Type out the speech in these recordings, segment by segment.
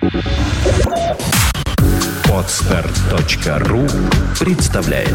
Podster.ru представляет.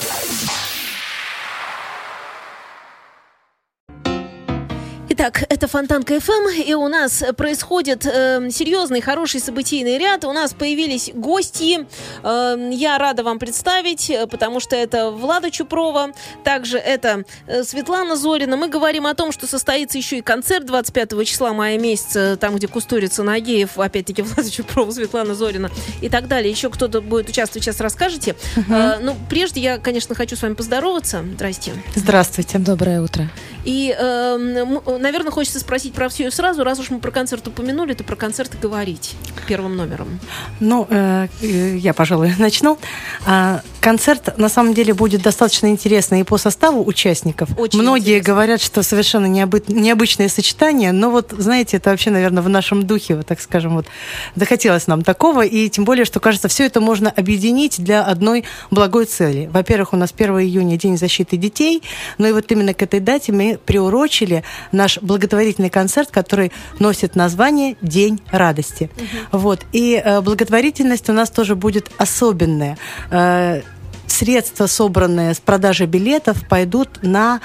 Итак, это Фонтанка ФМ, и у нас происходит серьезный, хороший событийный ряд. У нас появились гости. Я рада вам представить, потому что это Влада Чупрова, также это Светлана Зорина. Мы говорим о том, что состоится еще и концерт 25 числа мая месяца, там, где Кустурица, Нагиев, опять-таки Влада Чупрова, Светлана Зорина и так далее. Еще кто-то будет участвовать, сейчас расскажете. Но прежде я, конечно, хочу с вами поздороваться. Здрасте. Здравствуйте. Доброе утро. И, наверное, хочется спросить про все и сразу. Раз уж мы про концерт упомянули, то про концерт и говорить первым номером. Ну, я, пожалуй, начну. Концерт, на самом деле, будет достаточно интересный и по составу участников. Очень Многие интересно. говорят, что совершенно необычное сочетание, но вот, знаете, это вообще, наверное, в нашем духе, вот так скажем, вот захотелось нам такого, и тем более, что, кажется, все это можно объединить для одной благой цели. Во-первых, у нас 1 июня День защиты детей, но и вот именно к этой дате мы приурочили наш благотворительный концерт, который носит название «День радости». Вот. И благотворительность у нас тоже будет особенная. Средства, собранные с продажи билетов, пойдут на,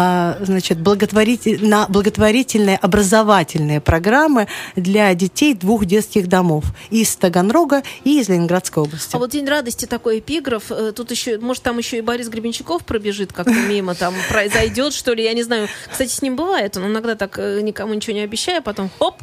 благотворительные образовательные программы для детей 2 детских домов из Таганрога и из Ленинградской области. А вот День радости такой эпиграф. Тут еще, может, там еще и Борис Гребенщиков пробежит как-то мимо, там произойдет, что ли, я не знаю. Кстати, с ним бывает, он иногда так никому ничего не обещая, потом хоп,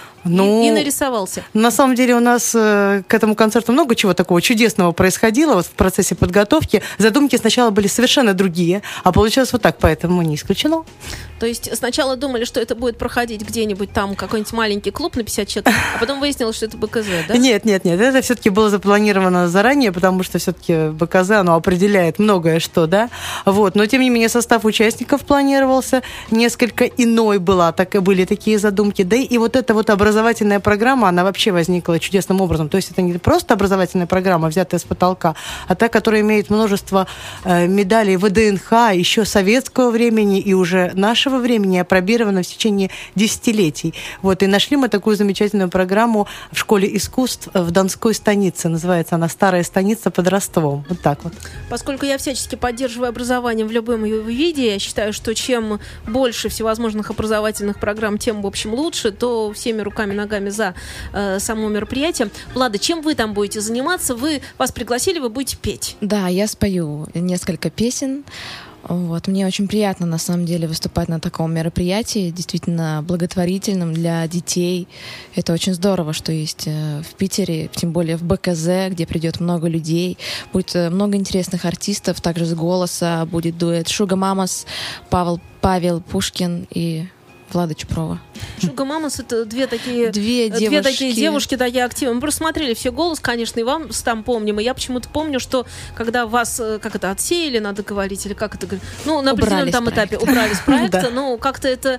и нарисовался. На самом деле у нас к этому концерту много чего такого чудесного происходило вот в процессе подготовки. Задумки сначала были совершенно другие, а получилось вот так, поэтому не исключено. То есть сначала думали, что это будет проходить где-нибудь там какой-нибудь маленький клуб на 50 человек, а потом выяснилось, что это БКЗ, да? Нет, это все-таки было запланировано заранее, потому что все-таки БКЗ, оно определяет многое что, да? Вот. Но, тем не менее, состав участников планировался несколько иной были такие задумки. Да и вот эта вот образовательная программа, она вообще возникла чудесным образом. То есть это не просто образовательная программа, взятая с потолка, а та, которая имеет множество медалей ВДНХ еще советского времени и уже нашего времени, опробирована в течение десятилетий. Вот. И нашли мы такую замечательную программу в школе искусств в Донской станице. Называется она «Старая станица под Ростовом». Вот так вот. Поскольку я всячески поддерживаю образование в любом его виде, я считаю, что чем больше всевозможных образовательных программ, тем, в общем, лучше, то всеми руками, ногами за само мероприятие. Влада, чем вы там будете заниматься? Вас пригласили, вы будете петь. Да, я спою несколько песен. Вот. Мне очень приятно, на самом деле, выступать на таком мероприятии, действительно благотворительном для детей. Это очень здорово, что есть в Питере, тем более в БКЗ, где придет много людей. Будет много интересных артистов, также с «Голоса» будет дуэт «Шуга Мамас», Павел Пушкин и Влада Чупрова. Шуга Мамас — это две такие девушки, да, я активно. Мы просто смотрели все «Голос», конечно, и вам там помним. И я почему-то помню, что когда вас, отсеяли, надо говорить, или как это говорить, на определенном там этапе убрали с проекта, как-то это...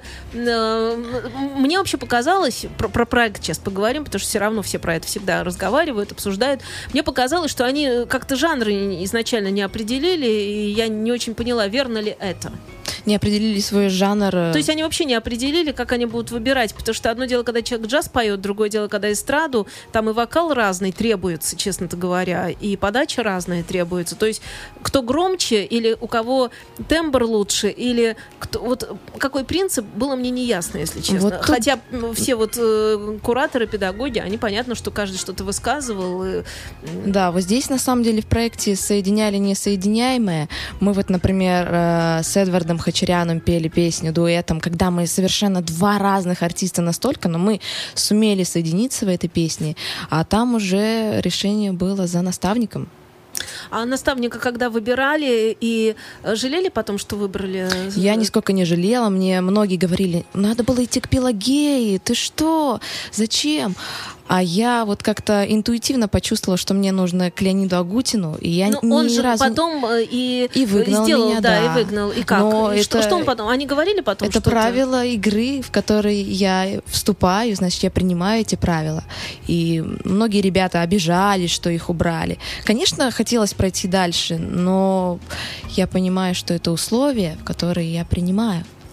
Мне вообще показалось, про проект сейчас поговорим, потому что все равно все про это всегда разговаривают, обсуждают. Мне показалось, что они как-то жанры изначально не определили, и я не очень поняла, верно ли это. Не определили свой жанр. То есть они вообще не определили, как они будут выбирать, потому что одно дело, когда человек джаз поет, другое дело, когда эстраду, там и вокал разный требуется, честно-то говоря, и подача разная требуется. То есть кто громче, или у кого тембр лучше, или какой принцип, было мне не ясно, если честно. Хотя все кураторы, педагоги, они понятно, что каждый что-то высказывал. Да, вот здесь на самом деле в проекте соединяли несоединяемое. Мы например, с Эдвардом Хачаряном пели песню дуэтом, когда мы совершенно 2 разных артиста настолько, но мы сумели соединиться в этой песне, а там уже решение было за наставником. А наставника когда выбирали и жалели потом, что выбрали? Я нисколько не жалела. Мне многие говорили, надо было идти к Пелагее, ты что? Зачем? А я как-то интуитивно почувствовала, что мне нужно к Леониду Агутину, и я он же потом и выгнал сделал, меня, да, и выгнал. И как? Что он потом? Они говорили потом, это что-то? правила игры, в которые я вступаю, значит, я принимаю эти правила. И многие ребята обижались, что их убрали. Конечно, хотелось пройти дальше, но я понимаю, что это условия, которые я принимаю.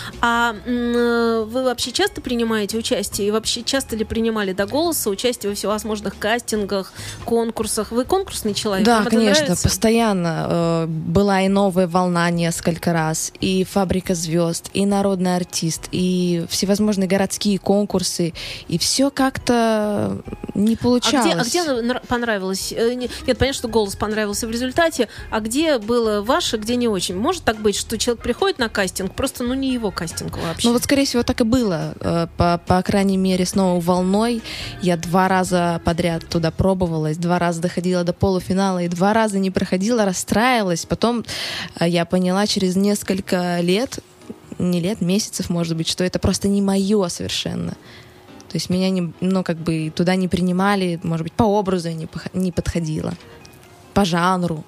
Вы вообще часто принимаете участие? И вообще часто ли принимали до голоса участие во всевозможных кастингах, конкурсах? Вы конкурсный человек? Да, Вам это конечно, нравится? постоянно. Была и «Новая волна» несколько раз, и «Фабрика звезд», и «Народный артист», и всевозможные городские конкурсы, и все как-то не получалось. А где понравилось? Нет, понятно, что голос понравился в результате, а где было ваше, где не очень? Может так быть, что человек приходит на кастинг, просто не его кастинг вообще? Ну вот, скорее всего, так и было. По крайней мере, с «Новой волной» я 2 раза подряд туда пробовалась, 2 раза доходила до полуфинала, и 2 раза не проходила, расстраивалась. Потом я поняла через несколько лет, не лет, месяцев, может быть, что это просто не мое совершенно. То есть меня туда не принимали, может быть, по образу я не подходила, по жанру.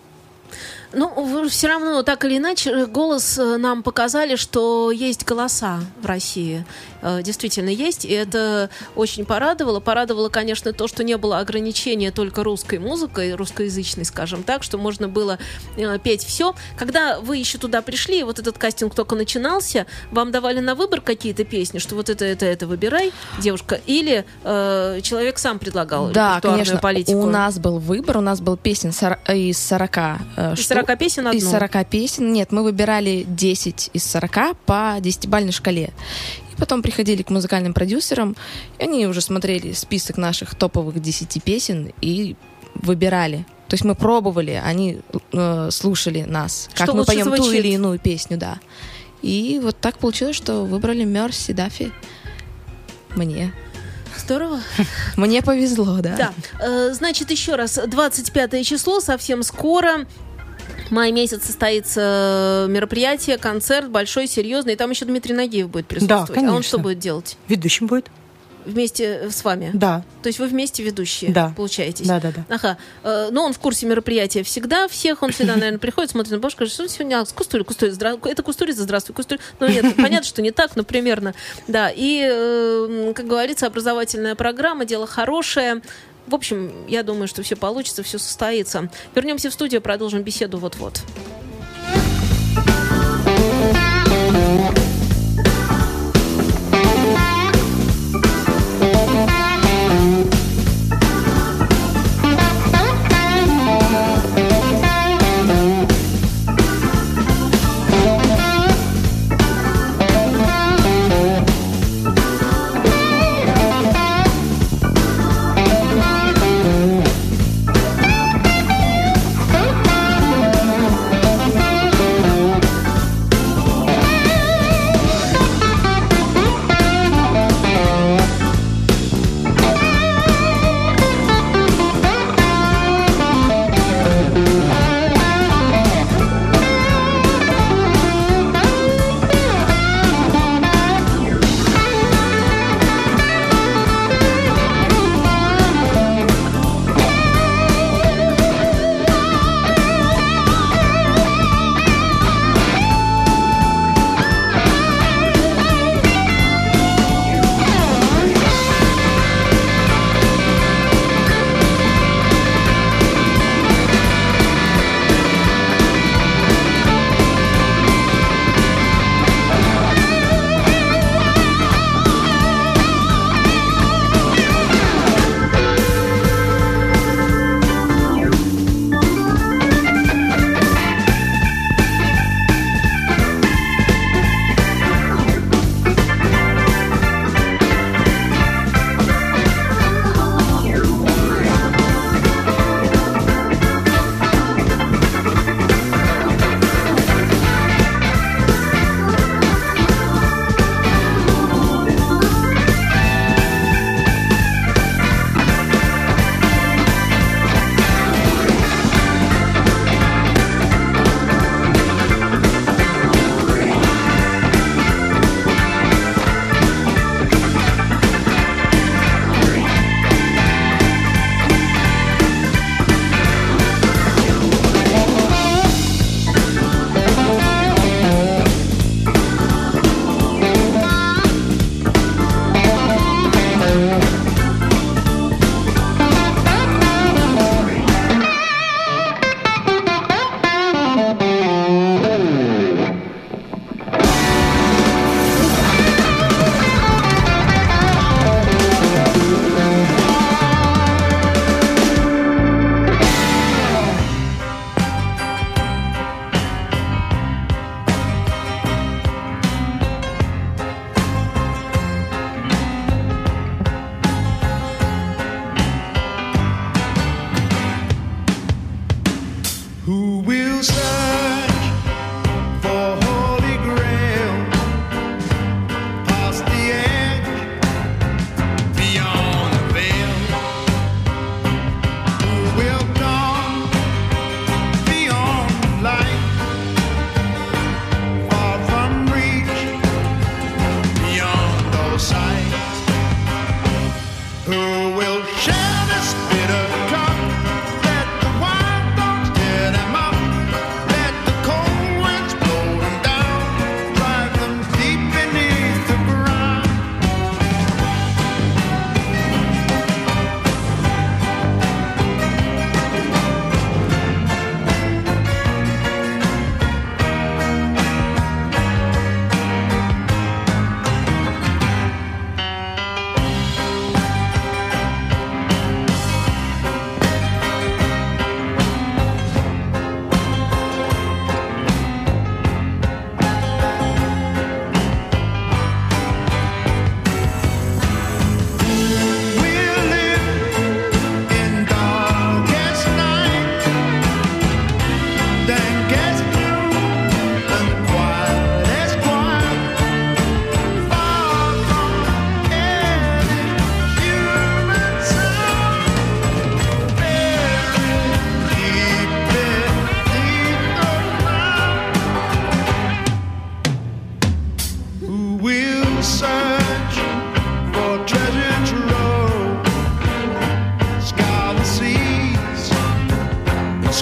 Все равно, так или иначе, голос нам показали, что есть голоса в России. Действительно есть, и это очень порадовало. Порадовало, конечно, то, что не было ограничения только русской музыкой, русскоязычной, скажем так, что можно было петь все. Когда вы еще туда пришли, вот этот кастинг только начинался, вам давали на выбор какие-то песни, что вот это выбирай, девушка, или человек сам предлагал репертуарную конечно, политику? У нас был выбор, у нас был песен из 40 Из 40 песен одну? Из 40 песен. Нет, мы выбирали 10 из 40 по 10-бальной шкале. И потом приходили к музыкальным продюсерам, и они уже смотрели список наших топовых 10 песен и выбирали. То есть мы пробовали, они слушали нас, как мы поем ту или иную песню, да. И вот так получилось, что выбрали Мерси Даффи. Мне. Здорово. Мне повезло, да. Да. Значит, еще раз, 25 число, совсем скоро. Май месяц состоится мероприятие, концерт большой, серьезный. И там еще Дмитрий Нагиев будет присутствовать. Да, конечно. А он что будет делать? Ведущим будет. Вместе с вами? Да. То есть вы вместе ведущие, да. получаетесь? Да. Ага. Но он в курсе мероприятия всегда, он всегда, наверное, приходит, смотрит на бабушку, говорит, что сегодня это Кустурица, здравствуй, Кустурица. Ну, нет, понятно, что не так, но примерно. Да, и, как говорится, образовательная программа, дело хорошее. В общем, я думаю, что все получится, все состоится. Вернемся в студию, продолжим беседу вот-вот.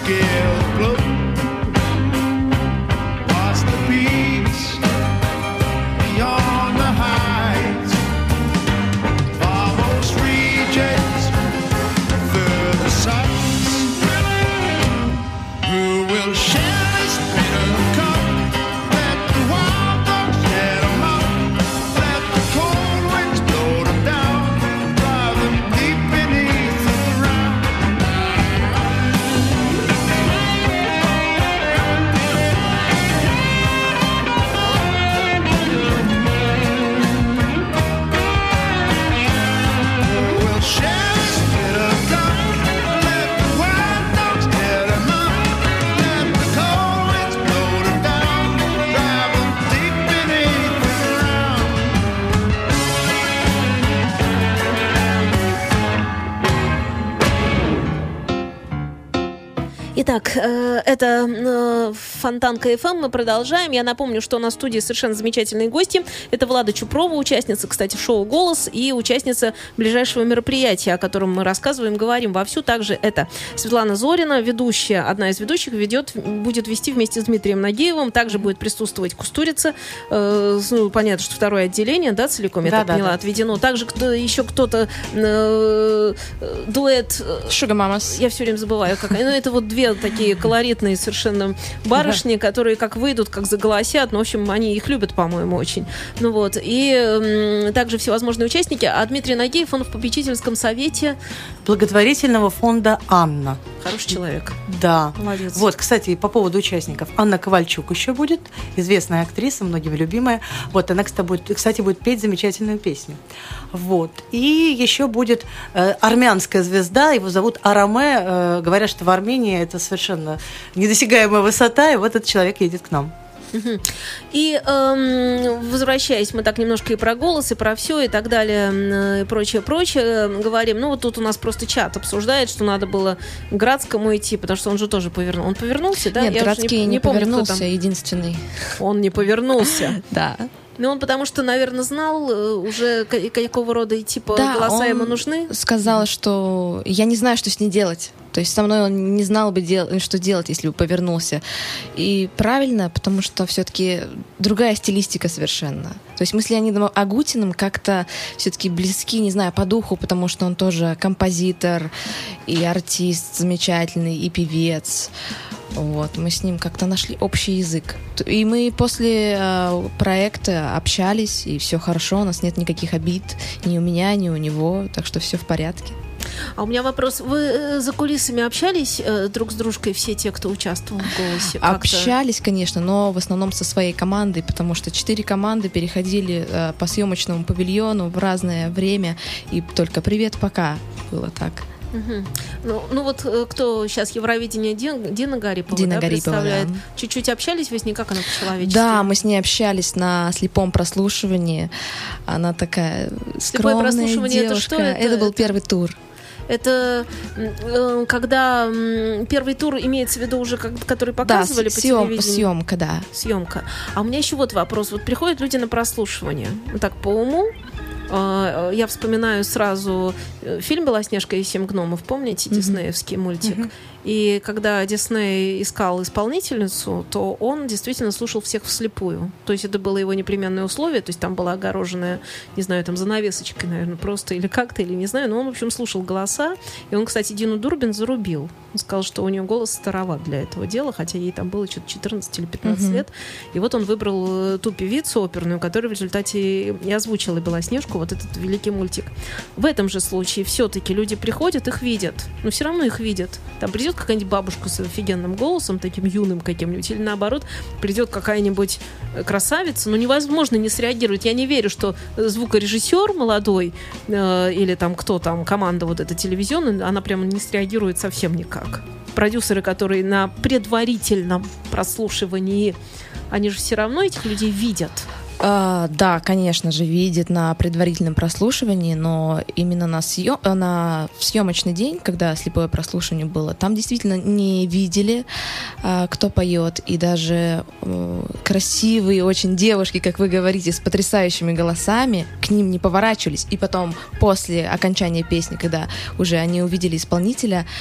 scales float. Watch the peaks beyond the heights. Almost regions, further sights. Who will share this bitter cup? Let the wild dogs get 'em up. Let the cold winds blow them down. Drive them deep beneath the ground. We'll share this bitter cup. Let the wild dogs get 'em up. Let the cold winds blow them down. Drive them deep beneath the ground. Итак, это Фонтанка ФМ. Мы продолжаем. Я напомню, что у нас в студии совершенно замечательные гости. Это Влада Чупрова, участница, кстати, шоу «Голос», и участница ближайшего мероприятия, о котором мы рассказываем, говорим вовсю. Также это Светлана Зорина, ведущая, одна из ведущих, будет вести вместе с Дмитрием Нагиевым. Также будет присутствовать Кустурица. Понятно, что второе отделение, да, целиком, я так поняла, отведено. Также еще кто-то, дуэт... Sugar Mamas. Я все время забываю, какая. Ну, это вот две такие колоритные совершенно барышни, которые как выйдут, как заголосят. Ну, в общем, они их любят, по-моему, очень. Ну вот. И также всевозможные участники. А Дмитрий Нагиев, он в попечительском совете благотворительного фонда «Анна». Хороший человек. Да. Молодец. Вот, кстати, по поводу участников. Анна Ковальчук еще будет, известная актриса, многими любимая. Вот, она, кстати, будет петь замечательную песню. Вот. И еще будет армянская звезда, его зовут Араме. Говорят, что в Армении это совершенно недосягаемая высота, и вот этот человек едет к нам. И возвращаясь, мы так немножко и про голос, и про все, и так далее, и прочее, говорим. Ну, вот тут у нас просто чат обсуждает, что надо было к Градскому идти, потому что он же тоже повернул. Он повернулся, да? Нет, Я Градский не помню, повернулся, единственный. Он не повернулся. Да. Ну, он потому что, наверное, знал уже, какого рода и типа голоса ему нужны. Сказал, что я не знаю, что с ней делать. То есть со мной он не знал бы, что делать, если бы повернулся. И правильно, потому что все-таки другая стилистика совершенно. То есть мы с Леонидом Агутиным как-то все-таки близки, не знаю, по духу, потому что он тоже композитор и артист замечательный, и певец. Вот, мы с ним как-то нашли общий язык. И мы после проекта общались, и все хорошо, у нас нет никаких обид ни у меня, ни у него, так что все в порядке. А у меня вопрос. Вы за кулисами общались друг с дружкой, все те, кто участвовал в «Голосе»? Общались, конечно, но в основном со своей командой, потому что 4 команды переходили по съемочному павильону в разное время, и только «Привет, пока» было так. Угу. Ну вот кто сейчас Евровидение Дина Гарипова, Дина Гарипова, представляет. Да. Чуть-чуть общались вы с ней, как она по-человечески? Да, мы с ней общались на слепом прослушивании. Она такая скромная прослушивание, девушка. Это что? Это был первый тур. Это когда первый тур имеется в виду уже, который показывали по телевидению? Съемка, да. Съемка. А у меня еще вот вопрос. Вот приходят люди на прослушивание. Так, по уму. Я вспоминаю сразу фильм «Белоснежка и 7 гномов». Помните, диснеевский мультик? И когда Дисней искал исполнительницу, то он действительно слушал всех вслепую. То есть это было его непременное условие. То есть там была огороженная, не знаю, там занавесочкой, наверное, просто или как-то, или не знаю. Но он, в общем, слушал голоса. И он, кстати, Дину Дурбин зарубил. Он сказал, что у нее голос староват для этого дела, хотя ей там было что-то 14 или 15 лет. И вот он выбрал ту певицу оперную, которая в результате и озвучила «Белоснежку», вот этот великий мультик. В этом же случае все-таки люди приходят, их видят. Но все равно их видят. Там придет какая-нибудь бабушка с офигенным голосом, таким юным каким-нибудь, или наоборот, придет какая-нибудь красавица, но невозможно не среагировать. Я не верю, что звукорежиссер молодой или там кто там, команда вот эта телевизионная, она прямо не среагирует совсем никак. Продюсеры, которые на предварительном прослушивании, они же все равно этих людей видят. Да, конечно же, видит на предварительном прослушивании, но именно в съемочный день, когда слепое прослушивание было, там действительно не видели, кто поет, и даже красивые очень девушки, как вы говорите, с потрясающими голосами, к ним не поворачивались. И потом, после окончания песни, когда уже они увидели исполнителя,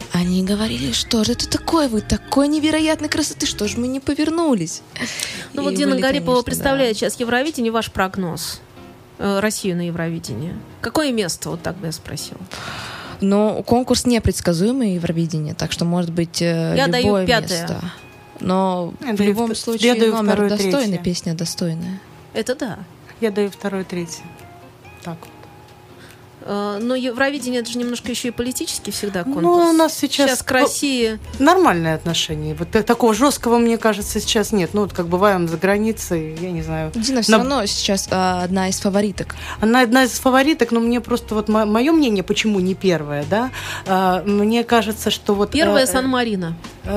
Они говорили, что же это такое, вы такой невероятной красоты, что же мы не повернулись? Ну вот И Дина были, Гарипова конечно, представляет сейчас Евровидение. Ваш прогноз? Россию на Евровидении. Какое место? Вот так бы я спросила. Но конкурс непредсказуемый, Евровидение, так что может быть Я любое даю 5. место. Но Я в даю любом я случае даю номер 2, достойный, 3. песня достойная. Это да. Я даю 2, 3. Так вот. Но Евровидение — это же немножко еще и политический всегда конкурс. Ну, у нас сейчас к России... нормальные отношения. Вот такого жесткого, мне кажется, сейчас нет. Ну, вот как бываем за границей, я не знаю. Дина все равно сейчас одна из фавориток. Она одна из фавориток, но мне просто вот мое мнение, почему не первая, да? Мне кажется, что вот... Первая Сан-Марино.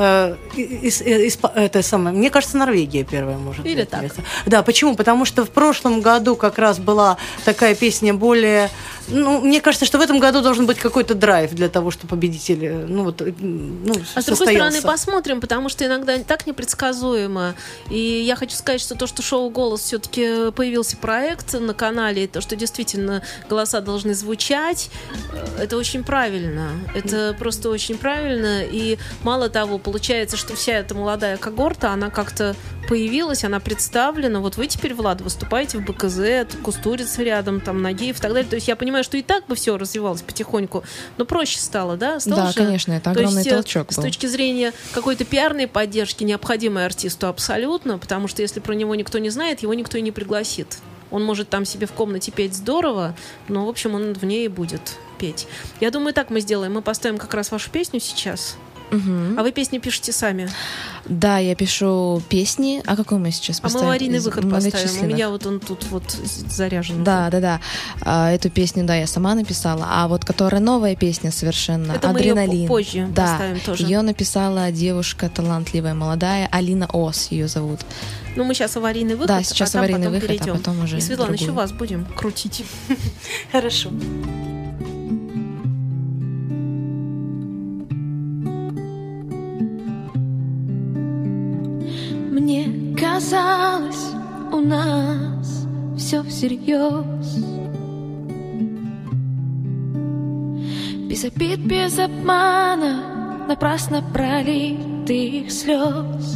Это самое. Мне кажется, Норвегия первая может быть. Или так. Да, почему? Потому что в прошлом году как раз была такая песня более... Ну, мне кажется, что в этом году должен быть какой-то драйв для того, чтобы победитель, А с другой стороны, посмотрим, потому что иногда так непредсказуемо. И я хочу сказать, что то, что шоу «Голос» все-таки появился проект на канале, то, что действительно голоса должны звучать, это очень правильно. Это просто очень правильно. И мало того, получается, что вся эта молодая когорта, она как-то появилась, она представлена. Вот вы теперь, Влад, выступаете в БКЗ, Кустурица рядом, там, Нагиев и так далее. То есть я понимаю, что и так бы все развивалось потихоньку, но проще стало, да? Да, конечно, это огромный толчок был. С точки зрения какой-то пиарной поддержки, необходимой артисту абсолютно, потому что если про него никто не знает, его никто и не пригласит. Он может там себе в комнате петь здорово, но, в общем, он в ней и будет петь. Я думаю, так мы сделаем. Мы поставим как раз вашу песню сейчас. Угу. А вы песни пишете сами? Да, я пишу песни. А какой мы сейчас поставим? А мы аварийный выход поставим. У меня вот он тут вот заряжен. Да. Эту песню, да, я сама написала. А вот которая новая песня совершенно, это «Адреналин». Мы ее позже поставим тоже. Ее написала девушка талантливая, молодая, Алина Ос ее зовут. Ну, мы сейчас аварийный выход, да, сейчас аварийный потом выход, перейдем. А потом уже И, Светлана, другую. еще вас будем крутить. Хорошо. Мне казалось, у нас все всерьез, без обид, без обмана, напрасно пролитых слез.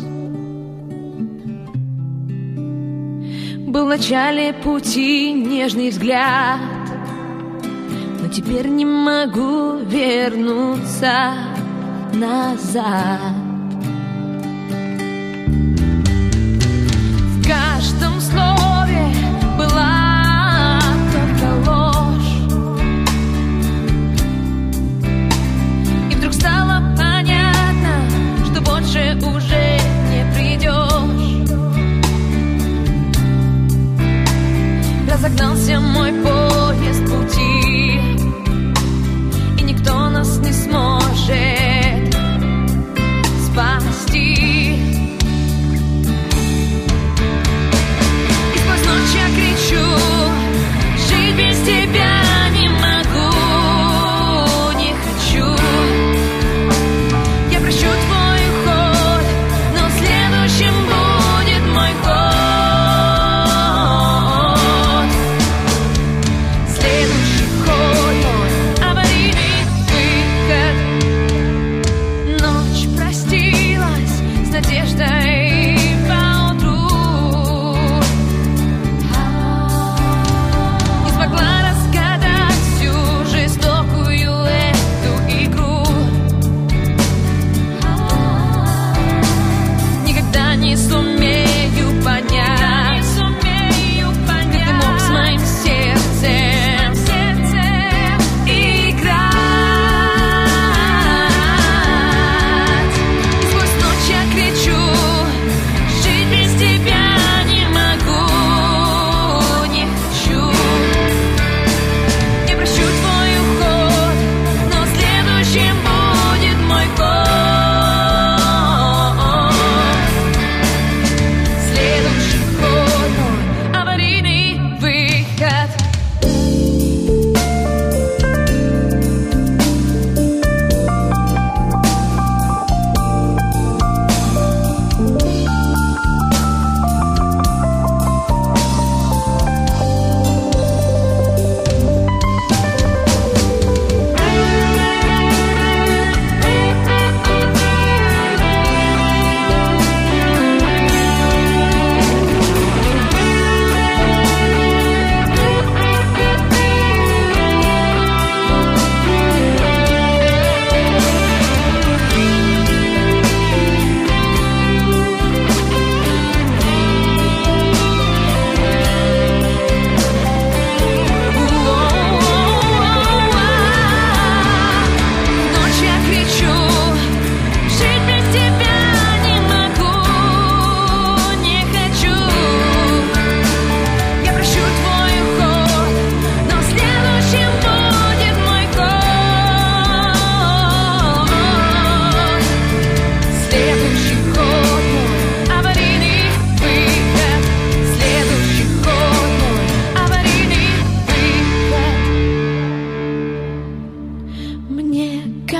Был в начале пути нежный взгляд, но теперь не могу вернуться назад. В каждом слове была только ложь, и вдруг стало понятно, что больше уже не придешь. Разогнался мой поезд пути, и никто нас не сможет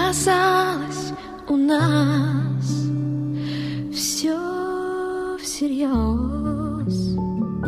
казалось, у нас все всерьез.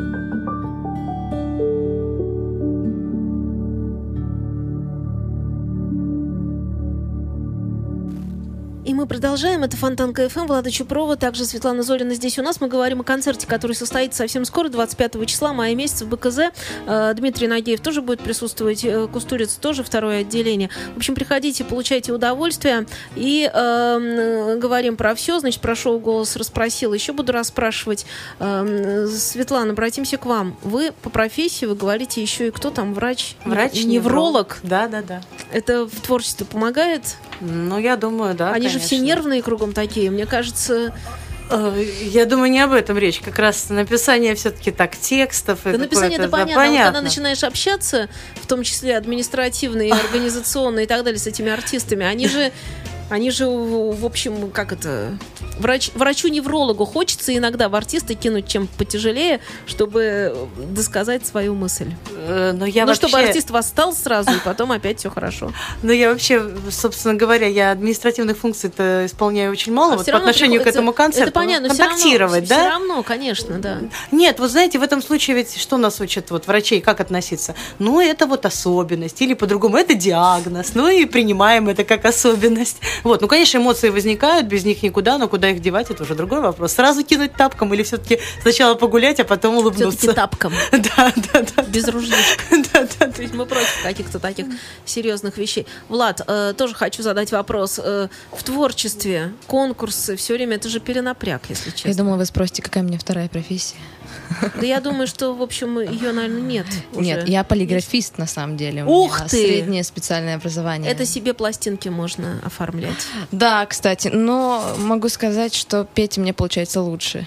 И мы продолжаем. Это Фонтанка ФМ, Влада Чупрова, также Светлана Зорина здесь у нас. Мы говорим о концерте, который состоится совсем скоро, 25 числа, мая месяца в БКЗ. Дмитрий Нагиев тоже будет присутствовать, Кустуриц тоже, второе отделение. В общем, приходите, получайте удовольствие. И говорим про все. Значит, про шоу «Голос» расспросила. Еще буду расспрашивать. Светлана, обратимся к вам. Вы по профессии, вы говорите еще и кто там, врач? Невролог? Да. Это в творчестве помогает? Ну, я думаю, да, Они конечно. же все нервные кругом такие. Мне кажется... Я думаю, не об этом речь. Как раз написание все-таки так текстов. Да, написание это понятно. А вот когда начинаешь общаться, в том числе административные, организационные и так далее, с этими артистами, они же, в общем, как это... Врачу-неврологу хочется иногда в артиста кинуть чем потяжелее, чтобы досказать свою мысль. Чтобы артист восстал сразу, и потом опять все хорошо. Но я вообще, собственно говоря, я административных функций-то исполняю очень мало по отношению к этому концерту. Это понятно, контактировать, да? Все равно, конечно, да. Нет, вот знаете, в этом случае ведь что нас учат врачей, как относиться? Ну, это особенность, или по-другому, это диагноз, и принимаем это как особенность. Ну, конечно, эмоции возникают, без них никуда, но куда их девать, это уже другой вопрос. Сразу кинуть тапком или все-таки сначала погулять, а потом улыбнуться? Все-таки тапком. Да. Без ружьишка. То есть мы против каких-то таких серьезных вещей. Влад, тоже хочу задать вопрос. В творчестве, конкурсы, все время это же перенапряг, если честно. Я думала, вы спросите, какая у меня вторая профессия. Да я думаю, что, в общем, ее, наверное, нет уже. Нет, я полиграфист, на самом деле. Ух ты! Среднее специальное образование. Это себе пластинки можно оформлять. Да, кстати, но могу сказать, что петь мне получается лучше.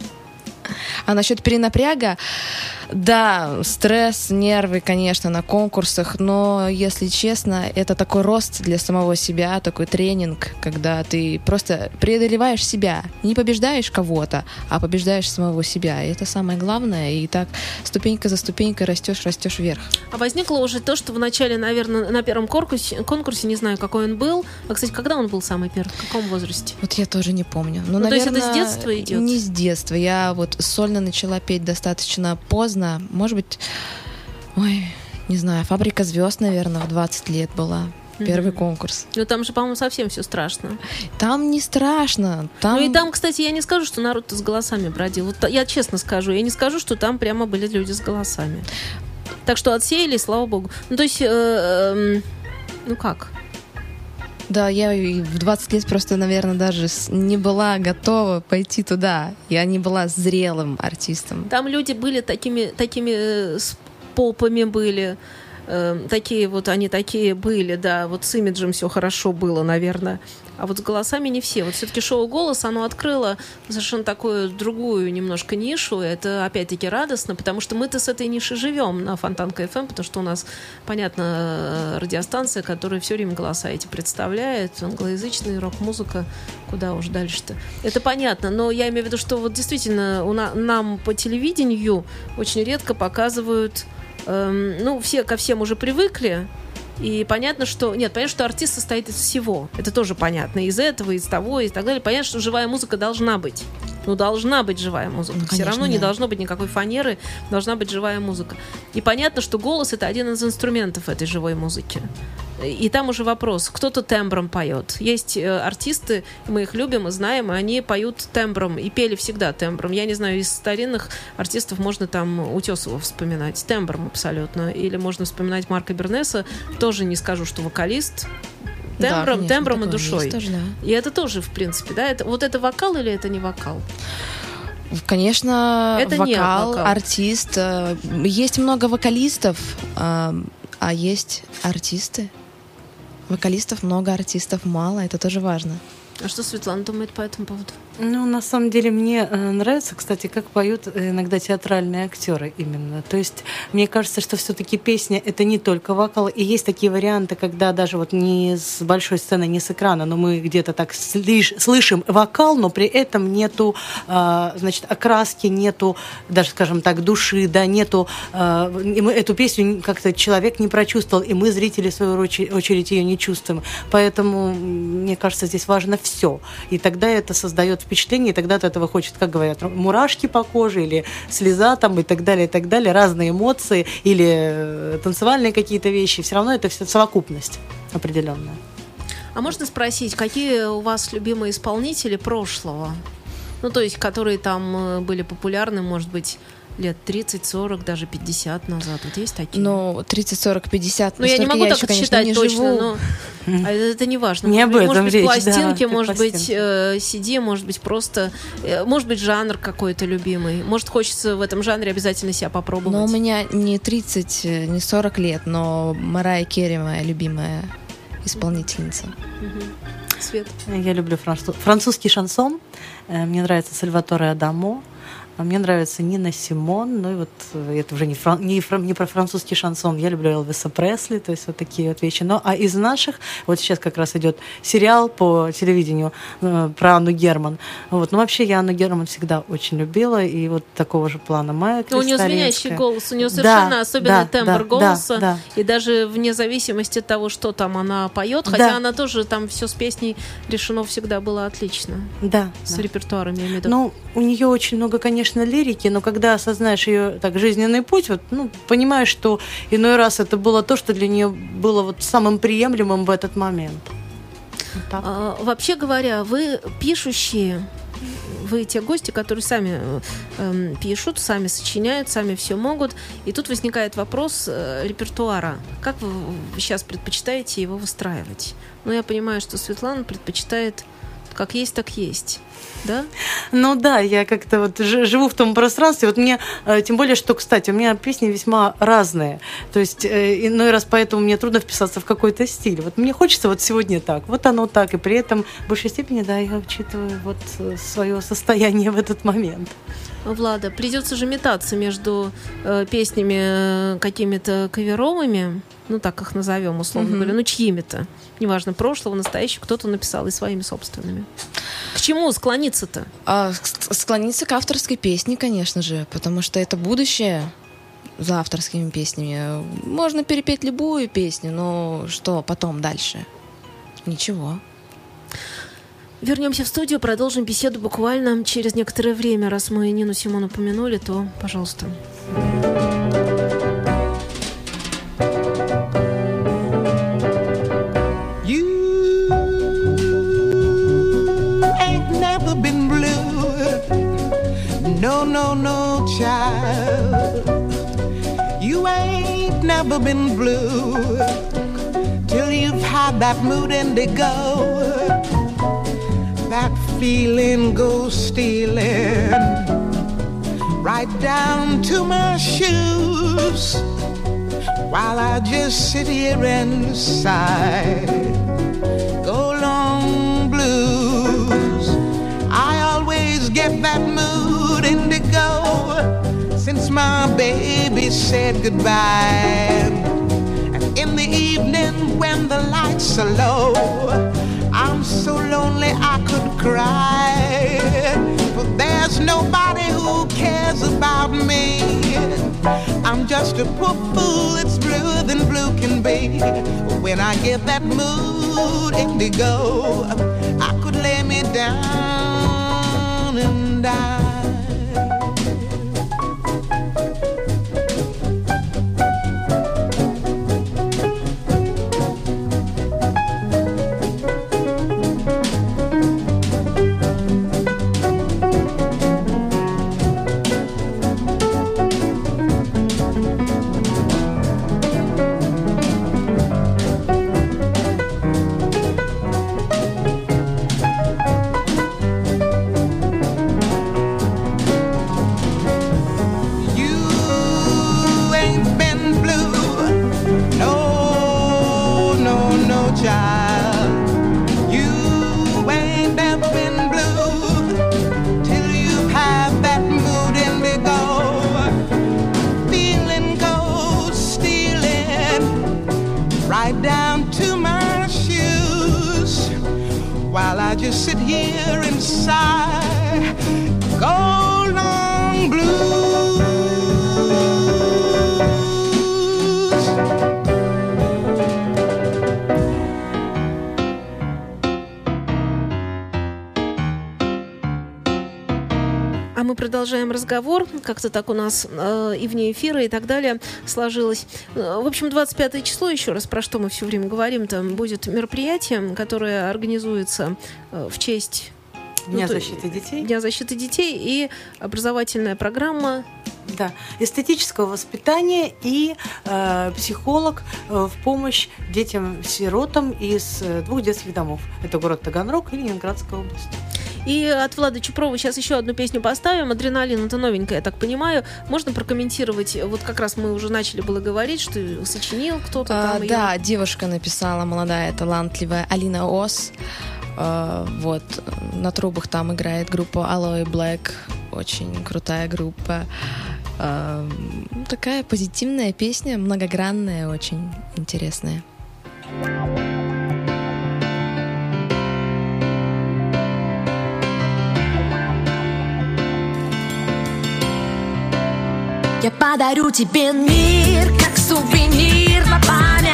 А насчет перенапряга, да, стресс, нервы, конечно, на конкурсах, но, если честно, это такой рост для самого себя, такой тренинг, когда ты просто преодолеваешь себя, не побеждаешь кого-то, а побеждаешь самого себя, и это самое главное, и так ступенька за ступенькой растешь вверх. А возникло уже то, что в начале, наверное, на первом конкурсе, не знаю, какой он был, а, кстати, когда он был самый первый, в каком возрасте? Вот я тоже не помню. Но, наверное, то есть это с детства идет? Не с детства, я сольно начала петь достаточно поздно. Может быть, не знаю, «Фабрика звезд», наверное, в 20 лет была. Первый конкурс. Там же, по-моему, совсем все страшно. Там не страшно. И там, кстати, я не скажу, что народ-то с голосами бродил. Я честно скажу, я не скажу, что там прямо были люди с голосами. Так что отсеяли, слава богу. То есть, как? Да, я в 20 лет просто, наверное, даже не была готова пойти туда. Я не была зрелым артистом. Там люди были такими с попами были. Такие они такие были, да. С имиджем все хорошо было, наверное. А с голосами не все. Все-таки шоу «Голос», оно открыло совершенно такую другую немножко нишу. Это, опять-таки, радостно, потому что мы-то с этой нишей живем на Фонтанка ФМ, потому что у нас, понятно, радиостанция, которая все время голоса эти представляет, англоязычная рок-музыка, куда уж дальше-то. Это понятно, но я имею в виду, что действительно нам по телевидению очень редко показывают. Все ко всем уже привыкли. И понятно, что артист состоит из всего. Это тоже понятно. Из этого, из того, и так далее. Понятно, что живая музыка должна быть. Должна быть живая музыка. Конечно, все равно не должно быть никакой фанеры, должна быть живая музыка. И понятно, что голос — это один из инструментов этой живой музыки. И там уже вопрос, кто-то тембром поет. Есть артисты, мы их любим и знаем, и они поют тембром, и пели всегда тембром. Я не знаю, из старинных артистов можно там Утесова вспоминать, тембром абсолютно. Или можно вспоминать Марка Бернеса, тоже не скажу, что вокалист, тембром и душой. Тоже, да. И это тоже, в принципе, да, это вокал или это не вокал? Конечно, это вокал, артист. Есть много вокалистов, а есть артисты. Вокалистов много, артистов мало. Это тоже важно. А что Светлана думает по этому поводу? Ну, на самом деле, мне нравится, кстати, как поют иногда театральные актеры именно. То есть, мне кажется, что все-таки песня — это не только вокал. И есть такие варианты, когда даже вот не с большой сцены, не с экрана, но мы где-то так слышим вокал, но при этом нету, значит, окраски, нету, даже, скажем так, души, да, нету, и мы эту песню как-то человек не прочувствовал, и мы, зрители, в свою очередь, ее не чувствуем. Поэтому, мне кажется, здесь важно все. И тогда это создает впечатление, и тогда от этого хочет, как говорят, мурашки по коже, или слеза там, и так далее, разные эмоции, или танцевальные какие-то вещи. Все равно это все совокупность определенная. А можно спросить, какие у вас любимые исполнители прошлого? Ну, то есть, которые там были популярны, может быть, лет 30, 40, даже 50 назад. Вот есть такие? Ну, 30, 40, 50. Ну, я не могу так еще, конечно, считать не точно, живу. но это не важно. Не об этом может быть, речь, пластинки, да, может быть, пластинки. CD, может быть, просто... Может быть, жанр какой-то любимый. Может, хочется в этом жанре обязательно себя попробовать. Но у меня не 30, не 40 лет, но Марайя Керри моя любимая исполнительница. Свет. Я люблю французский шансон. Мне нравится Сальваторе Адамо. Мне нравится Нина Симон, ну и вот это уже не про французский шансон. Я люблю Элвиса Пресли, то есть вот такие вот вещи. Но а из наших, вот сейчас как раз идет сериал по телевидению про Анну Герман. Вот, ну вообще я Анну Герман всегда очень любила, и вот такого же плана Майя У нее Кристалинская. звенящий голос, у нее совершенно особенный тембр голоса, да. и даже вне зависимости от того, что там она поет, хотя она тоже там все с песней решено всегда было отлично. Да. С репертуаром, я имею в виду. Ну, у нее очень много, конечно, лирики, но когда осознаешь ее так жизненный путь, вот, ну, понимаешь, что иной раз это было то, что для нее было вот самым приемлемым в этот момент. Вот так. Вообще говоря, вы пишущие, вы те гости, которые сами пишут, сами сочиняют, сами все могут. И тут возникает вопрос репертуара. Как вы сейчас предпочитаете его выстраивать? Ну, я понимаю, что Светлана предпочитает как есть, так есть. Да? Ну да, я как-то вот живу в том пространстве. Вот мне, тем более, что, кстати, у меня песни весьма разные. То есть иной раз поэтому мне трудно вписаться в какой-то стиль. Вот мне хочется вот сегодня так, вот оно так. И при этом в большей степени, да, я учитываю вот свое состояние в этот момент. Влада, придется же метаться между песнями какими-то каверовыми, ну так их назовем, условно говоря, ну чьими-то, неважно, прошлого, настоящего, кто-то написал, и своими собственными. К чему склониться-то? Склониться к авторской песне, конечно же, потому что это будущее за авторскими песнями. Можно перепеть любую песню, но что потом дальше? Ничего. Вернемся в студию, продолжим беседу буквально через некоторое время. Раз мы Нину Симон упомянули, то, пожалуйста. You ain't never been blue. No, no, no, child. You ain't never been blue till you've had that mood indigo. That feeling goes stealing right down to my shoes, while I just sit here and sigh. Go long blues. I always get that mood indigo since my baby said goodbye. And in the evening when the lights are low, I'm so lonely I could cry, but there's nobody who cares about me. I'm just a poor fool that's bluer than blue can be. When I get that mood indigo, I could lay me down and die. while I just sit here and sigh. Go long blues. А мы продолжаем разговор. Как-то так у нас и вне эфира, и так далее сложилось. В общем, 25 число, еще раз, про что мы все время говорим, там будет мероприятие, которое организуется в честь Дня защиты детей. Дня защиты детей и образовательная программа. Да, эстетического воспитания и психолог в помощь детям-сиротам из 2 детских домов. Это город Таганрог и Ленинградская область. И от Влада Чупрова сейчас еще одну песню поставим. «Адреналин» — это новенькая, я так понимаю. Можно прокомментировать? Вот как раз мы уже начали было говорить, что сочинил кто-то там. Да, девушка написала, молодая, талантливая, Алина Ос. Вот, на трубах там играет группа Aloe Black. Очень крутая группа. Такая позитивная песня, многогранная, очень интересная. Я подарю тебе мир, как сувенир на память.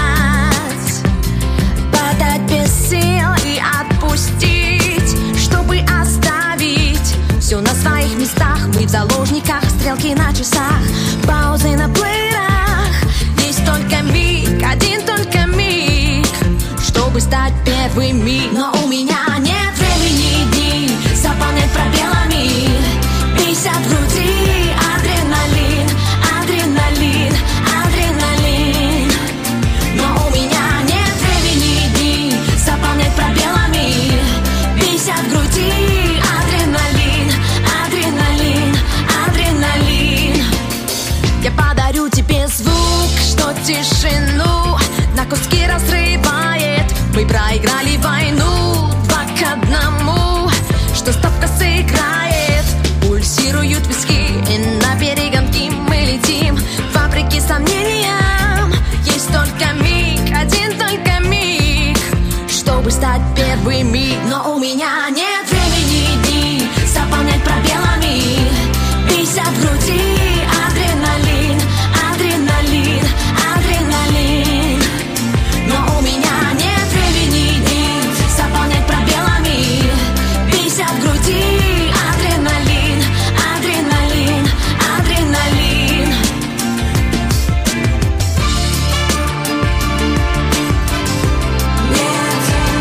Подать без сил и отпустить, чтобы оставить все на своих местах. Мы в заложниках, стрелки на часах, паузы на плеерах. Есть только миг, один только миг, чтобы стать первыми. Но у меня нет времени дни заполнять пробелами. Бейся в груди, адреналин, адреналин, адреналин. Но у меня нет времени дни заполнять пробелами. Бейся в груди, адреналин, адреналин, адреналин. Я подарю тебе звук, что тишину на куски разрывает. Мы проиграли войну 2-1, что ставка сыграет. Пульсируют виски, и на перегонки мы летим. Вопреки сомнениям, есть только миг, один только миг, чтобы стать первыми. Но у меня нет времени дни заполнять пробелами. Бейся в груди, адреналин, адреналин, адреналин. Но у меня нет времени дни заполнять пробелами. Бейся в груди, адреналин, адреналин, адреналин. Нет.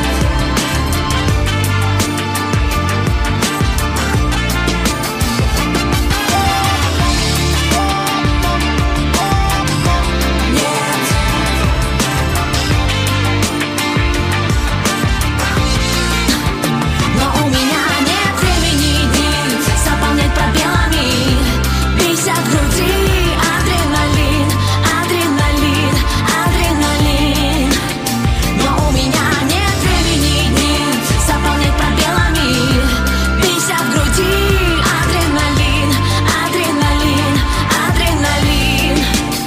Но у меня нет времени дни заполнять пробелами. Бейся в груди, адреналин, адреналин, адреналин. Но у меня нет времени дни заполнять пробелами. Бейся в груди, адреналин, адреналин, адреналин.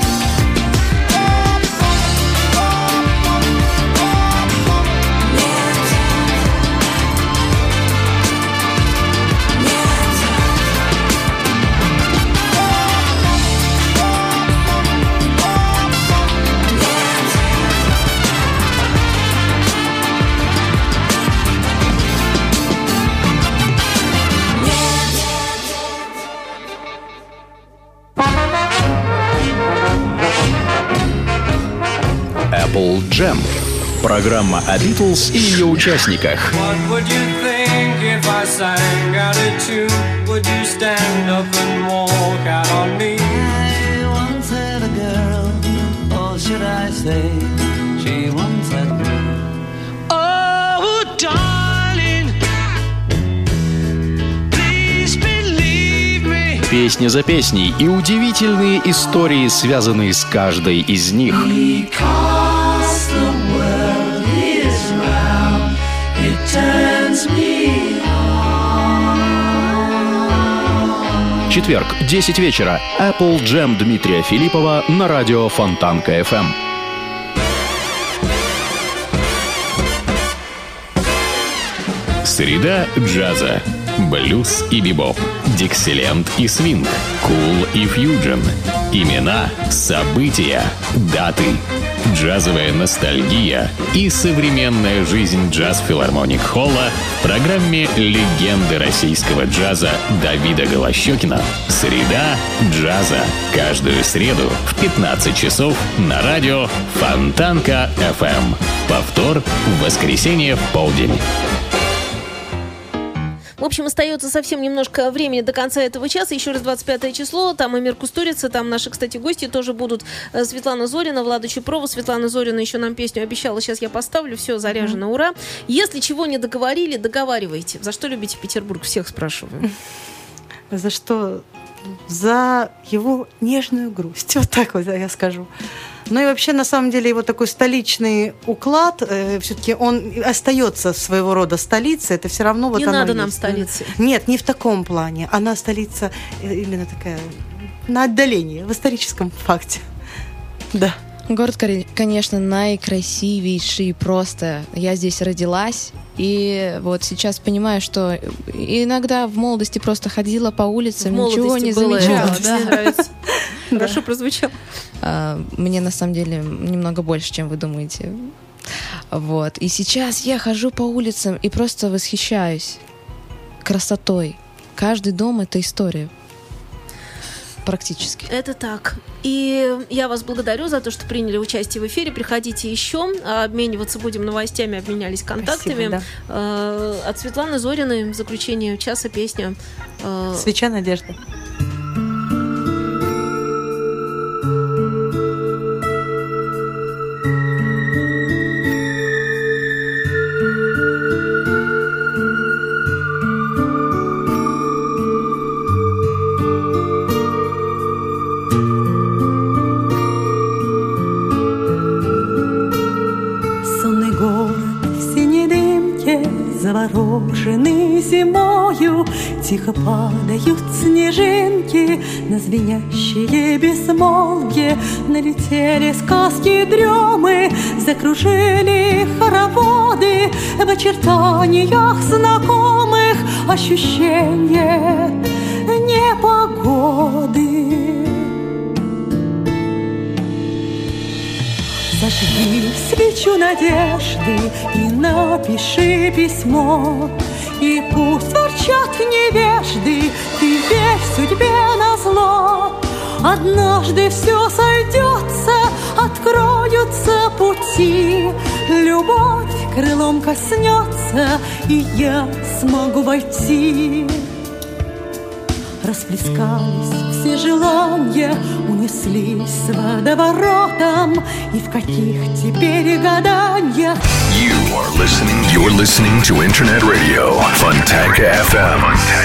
Apple Jam. Программа о Beatles и ее участниках. What would you think if I sang out a tune? Would you stand up and walk out on me? I once had a girl, or should I say, she once had me. Oh, darling, please believe me. Песня за песней и удивительные истории, связанные с каждой из них. Because the world is round, it turns me on. Четверг, 10 вечера. Apple Jam Дмитрия Филиппова на радио Фонтанка FM. Среда джаза. Блюз и бибоп. Диксиленд и свинг. Кул и фьюджен. Имена, события, даты. Джазовая ностальгия и современная жизнь джаз-филармоник-холла в программе «Легенды российского джаза» Давида Голощёкина «Среда джаза». Каждую среду в 15 часов на радио Фонтанка FM. Повтор в воскресенье в полдень. В общем, остается совсем немножко времени до конца этого часа. Еще раз 25 число. Там Эмир Кустурица, там наши, кстати, гости тоже будут. Светлана Зорина, Влада Чупрова. Светлана Зорина еще нам песню обещала. Сейчас я поставлю. Все, заряжено, ура. Если чего не договорили, договаривайте. За что любите Петербург? Всех спрашиваю. За что? За его нежную грусть. Вот так вот я скажу. Ну и вообще, на самом деле, его такой столичный уклад, все-таки он остается своего рода столицей, это все равно вот не оно надо есть. нам столицы. Нет, не в таком плане. Она столица именно такая на отдалении, в историческом факте. Да. Город, конечно, наикрасивейший просто. Я здесь родилась, и вот сейчас понимаю, что иногда в молодости просто ходила по улицам, ничего не замечала. Мне нравится. Хорошо прозвучало. Мне на самом деле немного больше, чем вы думаете. Вот. И сейчас я хожу по улицам и просто восхищаюсь красотой. Каждый дом — это история. Практически. Это так. И я вас благодарю за то, что приняли участие в эфире. Приходите еще. Обмениваться будем новостями, обменялись контактами. Спасибо, да. От Светланы Зориной в заключение часа песня «Свеча надежды». Завороженный зимою, тихо падают снежинки на звенящие безмолвье. Налетели сказки дремы, закружили хороводы в очертаниях знакомых ощущение непогоды. Зажги свечу надежды и напиши письмо, и пусть ворчат невежды, ты верь судьбе назло. Однажды все сойдется, откроются пути, любовь крылом коснется, и я смогу войти. Расплескались все желания, унеслись с водоворотом, и в каких теперь гаданиях. You're listening to Internet Radio Fontanka FM.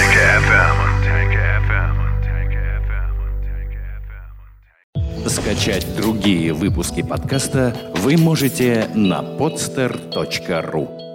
Скачать другие выпуски подкаста вы можете на podster.ru.